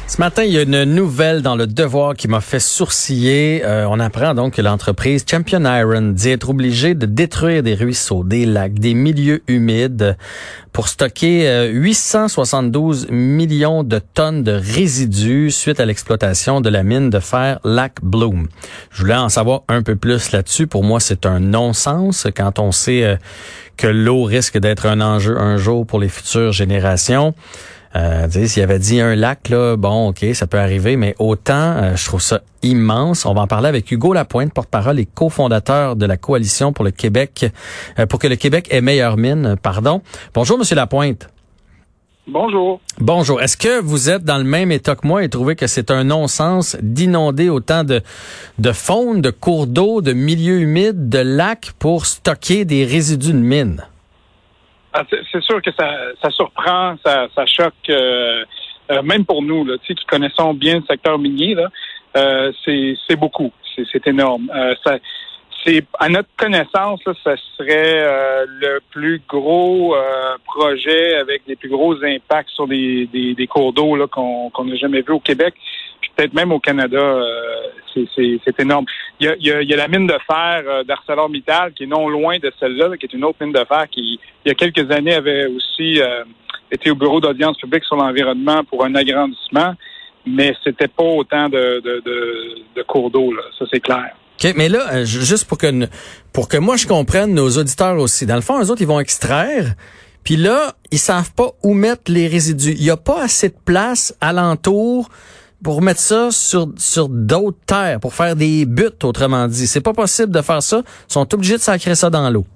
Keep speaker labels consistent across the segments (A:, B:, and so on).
A: Ce matin, il y a une nouvelle dans Le Devoir qui m'a fait sourciller. On apprend donc que l'entreprise Champion Iron dit être obligée de détruire des ruisseaux, des lacs, des milieux humides pour stocker 872 millions de tonnes de résidus suite à l'exploitation de la mine de fer Lac Bloom. Je voulais en savoir un peu plus là-dessus. Pour moi, c'est un non-sens quand on sait que l'eau risque d'être un enjeu un jour pour les futures générations. S'il avait dit un lac, là, bon, OK, ça peut arriver, mais autant, je trouve ça immense. On va en parler avec Hugo Lapointe, porte-parole et cofondateur de la Coalition pour le Québec, pour que le Québec ait meilleure mine, pardon. Bonjour, Monsieur Lapointe.
B: Bonjour.
A: Bonjour. Est-ce que vous êtes dans le même état que moi et trouvez que c'est un non-sens d'inonder autant de faune, de cours d'eau, de milieux humides, de lacs pour stocker des résidus de mine?
B: C'est sûr que ça surprend, ça choque, même pour nous, là, qui connaissons bien le secteur minier, là, c'est beaucoup, c'est énorme. C'est à notre connaissance, là, ça serait le plus gros projet avec les plus gros impacts sur des cours d'eau là qu'on n'a jamais vu au Québec, puis peut-être même au Canada. C'est énorme. Il y a la mine de fer d'ArcelorMittal qui est non loin de celle-là, qui est une autre mine de fer qui, il y a quelques années, avait aussi été au bureau d'audience publique sur l'environnement pour un agrandissement, mais c'était pas autant de cours d'eau, là. Ça, c'est clair.
A: OK, mais là, juste pour que moi je comprenne, nos auditeurs aussi, dans le fond, eux autres, ils vont extraire, puis là, ils savent pas où mettre les résidus. Il y a pas assez de place alentour pour mettre ça sur d'autres terres, pour faire des buttes, autrement dit. C'est pas possible de faire ça. Ils sont obligés de sacrer ça dans l'eau.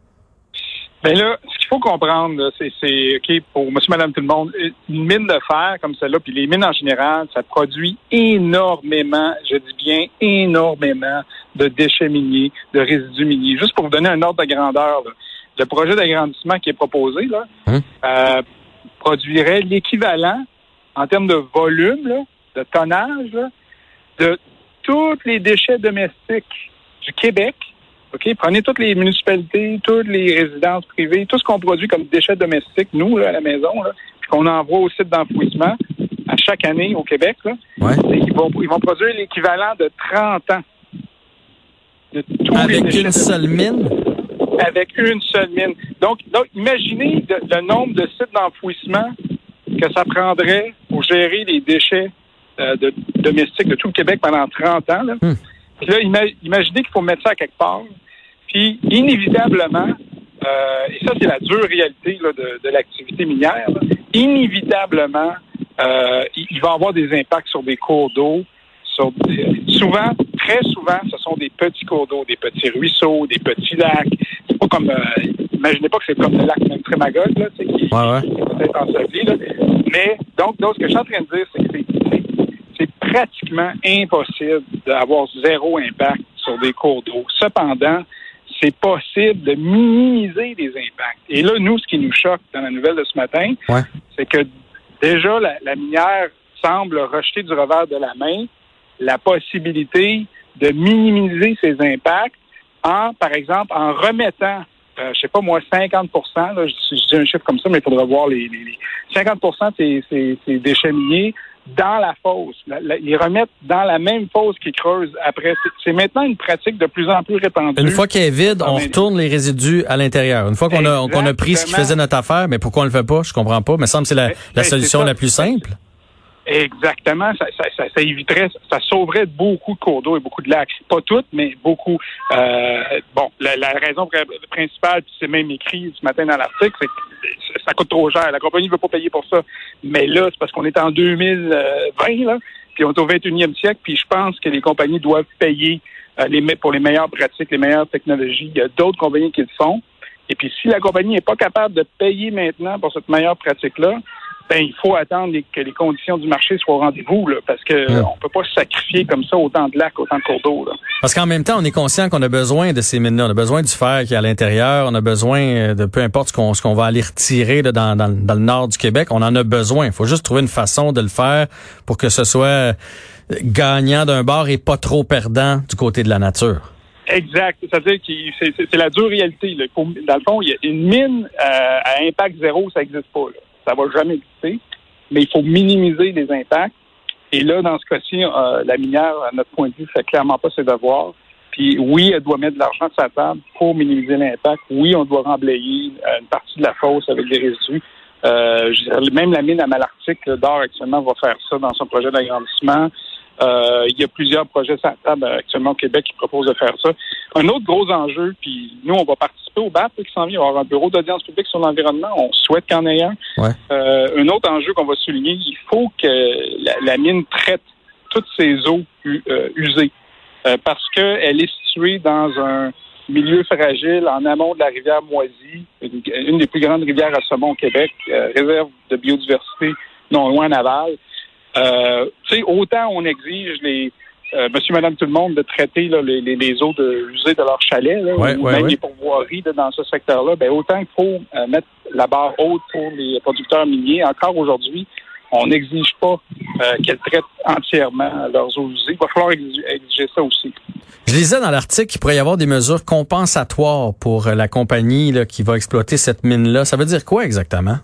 B: Ben là, ce qu'il faut comprendre, là, c'est OK, pour monsieur, madame, tout le monde, une mine de fer comme celle-là, puis les mines en général, ça produit énormément, je dis bien énormément, de déchets miniers, de résidus miniers. Juste pour vous donner un ordre de grandeur, là, le projet d'agrandissement qui est proposé, là, produirait l'équivalent, en termes de volume, là, de tonnage, là, de tous les déchets domestiques du Québec. OK? Prenez toutes les municipalités, toutes les résidences privées, tout ce qu'on produit comme déchets domestiques, nous, là, à la maison, là, puis qu'on envoie au site d'enfouissement à chaque année au Québec, là, ils vont produire l'équivalent de 30 ans de tous
A: avec
B: les déchets
A: une seule mine?
B: Avec une seule mine. Donc imaginez le nombre de sites d'enfouissement que ça prendrait pour gérer les déchets domestiques de tout le Québec pendant 30 ans. Là. Puis là, imaginez qu'il faut mettre ça à quelque part. Puis, inévitablement, et ça, c'est la dure réalité là, de l'activité minière, là, inévitablement, il va y avoir des impacts sur des cours d'eau. Souvent, très souvent, ce sont des petits cours d'eau, des petits ruisseaux, des petits lacs. C'est pas comme... imaginez pas que c'est comme le lac Tremagog, là, qui est peut-être enseveli. Là. Mais, donc, ce que je suis en train de dire, c'est que c'est pratiquement impossible d'avoir zéro impact sur des cours d'eau. Cependant, c'est possible de minimiser les impacts. Et là, nous, ce qui nous choque dans la nouvelle de ce matin, c'est que déjà, la minière semble rejeter du revers de la main la possibilité de minimiser ces impacts par exemple, en remettant, je sais pas moi, 50 là, je dis un chiffre comme ça, mais il faudra voir les 50 de ces déchets miniers dans la fosse. Les remettre dans la même fosse qu'ils creusent après. C'est maintenant une pratique de plus en plus répandue.
A: Une fois qu'elle est vide, on retourne les résidus à l'intérieur. Une fois qu'on a pris ce qui faisait notre affaire, mais pourquoi on le fait pas? Je comprends pas. Mais ça me semble que c'est la solution la plus simple.
B: Exactement. Ça éviterait, ça sauverait beaucoup de cours d'eau et beaucoup de lacs. Pas toutes, mais beaucoup. La raison principale, puis c'est même écrit ce matin dans l'article, c'est que ça coûte trop cher. La compagnie ne veut pas payer pour ça. Mais là, c'est parce qu'on est en 2020, là, puis on est au 21e siècle, puis je pense que les compagnies doivent payer pour les meilleures pratiques, les meilleures technologies. Il y a d'autres compagnies qui le font. Et puis, si la compagnie n'est pas capable de payer maintenant pour cette meilleure pratique-là, il faut attendre que les conditions du marché soient au rendez-vous, là, parce que on peut pas se sacrifier comme ça autant de lacs, autant de cours d'eau. Là.
A: Parce qu'en même temps, on est conscient qu'on a besoin de ces mines-là. On a besoin du fer qui est à l'intérieur. On a besoin de peu importe ce qu'on va aller retirer là, dans le nord du Québec. On en a besoin. Il faut juste trouver une façon de le faire pour que ce soit gagnant d'un bord et pas trop perdant du côté de la nature.
B: Exact. C'est-à-dire que c'est la dure réalité. Là. Dans le fond, il y a une mine à impact zéro, ça n'existe pas. Là. Ça va jamais exister, mais il faut minimiser les impacts. Et là, dans ce cas-ci, la minière, à notre point de vue, fait clairement pas ses devoirs. Puis oui, elle doit mettre de l'argent sur sa table pour minimiser l'impact. Oui, on doit remblayer une partie de la fosse avec des résidus. Même la mine à Malartic, d'or actuellement, va faire ça dans son projet d'agrandissement. Il y a plusieurs projets sur la table actuellement au Québec qui proposent de faire ça. Un autre gros enjeu, puis nous, on va participer au BAP qui s'en vient. Il va y avoir un bureau d'audience publique sur l'environnement. On souhaite qu'il y en ait un.
A: Ouais.
B: Un autre enjeu qu'on va souligner, il faut que la mine traite toutes ses eaux usées. Parce qu'elle est située dans un milieu fragile en amont de la rivière Moisy, une des plus grandes rivières à saumon au Québec, réserve de biodiversité non loin en aval. Autant on exige monsieur, madame, tout le monde de traiter là, les eaux usées de leur chalet, là, les pourvoiries dans ce secteur-là, autant qu'il faut mettre la barre haute pour les producteurs miniers. Encore aujourd'hui, on n'exige pas qu'elles traitent entièrement leurs eaux usées. Il va falloir exiger ça aussi.
A: Je lisais dans l'article qu'il pourrait y avoir des mesures compensatoires pour la compagnie là, qui va exploiter cette mine-là. Ça veut dire quoi exactement?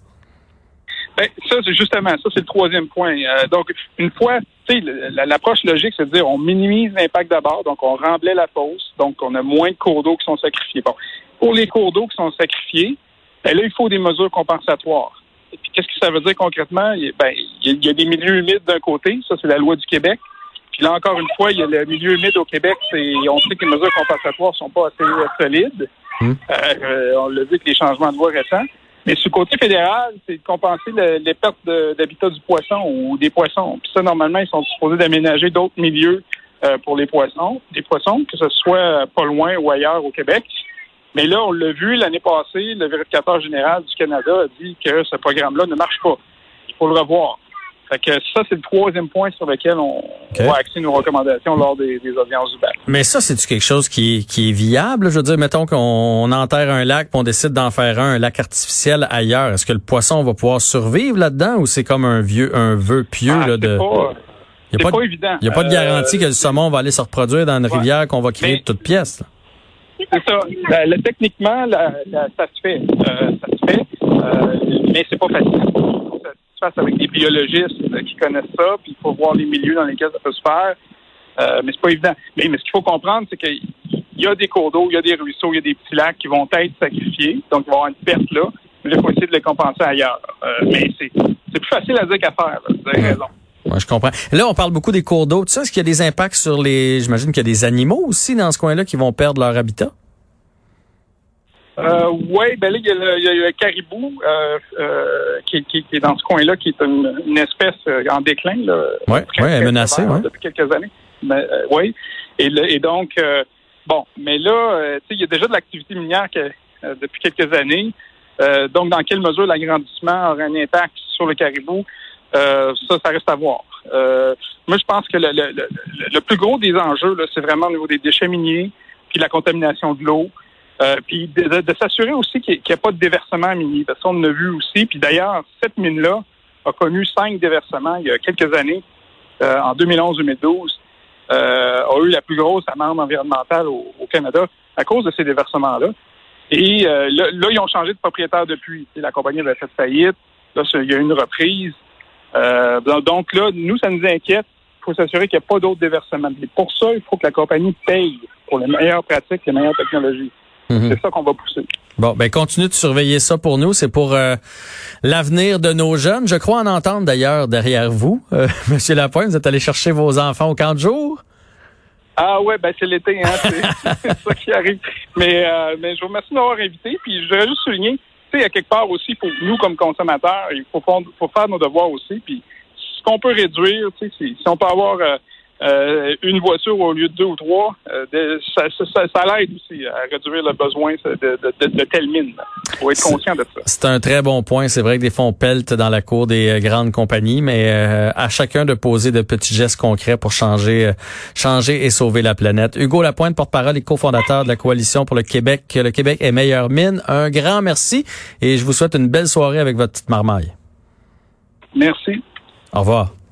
B: Ça, c'est justement, ça, c'est le troisième point. Donc, une fois, l'approche logique, c'est de dire on minimise l'impact d'abord, donc on remblaye la fosse, donc on a moins de cours d'eau qui sont sacrifiés. Bon, pour les cours d'eau qui sont sacrifiés, là, il faut des mesures compensatoires. Et puis, qu'est-ce que ça veut dire concrètement? Il y a des milieux humides d'un côté, ça, c'est la loi du Québec. Puis là, encore une fois, il y a le milieu humide au Québec, on sait que les mesures compensatoires sont pas assez solides. On l'a vu avec les changements de loi récents. Mais sur le côté fédéral, c'est de compenser les pertes d'habitat du poisson ou des poissons. Puis ça, normalement, ils sont supposés d'aménager d'autres milieux pour les poissons, que ce soit pas loin ou ailleurs au Québec. Mais là, on l'a vu l'année passée, le vérificateur général du Canada a dit que ce programme-là ne marche pas. Il faut le revoir. Fait que ça, c'est le troisième point sur lequel on va axer nos recommandations lors des audiences du BAP.
A: Mais ça, c'est-tu quelque chose qui est viable? Je veux dire, mettons qu'on enterre un lac et on décide d'en faire un lac artificiel ailleurs. Est-ce que le poisson va pouvoir survivre là-dedans ou c'est comme un vœu pieux?
B: C'est pas évident.
A: Il n'y a pas de garantie que le saumon va aller se reproduire dans une rivière qu'on va créer de toutes pièces. Là.
B: C'est ça. Techniquement, ça se fait. Mais c'est pas facile. Ça se passe avec des biologistes qui connaissent ça, puis il faut voir les milieux dans lesquels ça peut se faire. Mais c'est pas évident. Mais ce qu'il faut comprendre, c'est qu'il y a des cours d'eau, il y a des ruisseaux, il y a des petits lacs qui vont être sacrifiés. Donc, il va y avoir une perte là. Mais là, il faut essayer de les compenser ailleurs. Mais c'est plus facile à dire qu'à faire. Là. Vous avez raison.
A: Moi, je comprends. Là, on parle beaucoup des cours d'eau. Tu sais, est-ce qu'il y a des impacts sur j'imagine qu'il y a des animaux aussi dans ce coin-là qui vont perdre leur habitat?
B: Oui, là, il y a le caribou qui est dans ce coin-là, qui est une espèce en déclin.
A: Oui, menacée,
B: depuis quelques années. Oui. Et donc, mais là, il y a déjà de l'activité minière depuis quelques années. Donc, dans quelle mesure l'agrandissement aura un impact sur le caribou? Ça reste à voir. Moi, je pense que le plus gros des enjeux, là, c'est vraiment au niveau des déchets miniers, puis la contamination de l'eau, puis de s'assurer aussi qu'il n'y a pas de déversement minier. Parce qu'on l'a vu aussi. Puis d'ailleurs, cette mine-là a connu 5 déversements il y a quelques années, en 2011-2012, a eu la plus grosse amende environnementale au Canada à cause de ces déversements-là. Et là, ils ont changé de propriétaire depuis. La compagnie avait fait faillite. Là, il y a eu une reprise. Donc là, nous, ça nous inquiète. Il faut s'assurer qu'il n'y a pas d'autres déversements. Et pour ça, il faut que la compagnie paye pour les meilleures pratiques, les meilleures technologies. C'est ça qu'on va pousser.
A: Bon, continue de surveiller ça pour nous. C'est pour l'avenir de nos jeunes. Je crois en entendre d'ailleurs derrière vous, Monsieur Lapointe. Vous êtes allé chercher vos enfants au camp de jour?
B: Ah ouais, c'est l'été, hein. C'est ça qui arrive. Mais je vous remercie de m'avoir invité. Puis je voudrais juste souligner, à quelque part aussi, pour nous comme consommateurs, il faut faire nos devoirs aussi. Puis ce qu'on peut réduire, si on peut avoir une voiture au lieu de 2 ou 3, ça l'aide aussi à réduire le besoin de telle mine. Il faut être conscient de ça.
A: C'est un très bon point. C'est vrai que des fois, on pelte dans la cour des grandes compagnies, mais à chacun de poser de petits gestes concrets pour changer et sauver la planète. Hugo Lapointe, porte-parole et cofondateur de la Coalition pour le Québec. Le Québec est meilleure mine. Un grand merci et je vous souhaite une belle soirée avec votre petite marmaille.
B: Merci.
A: Au revoir.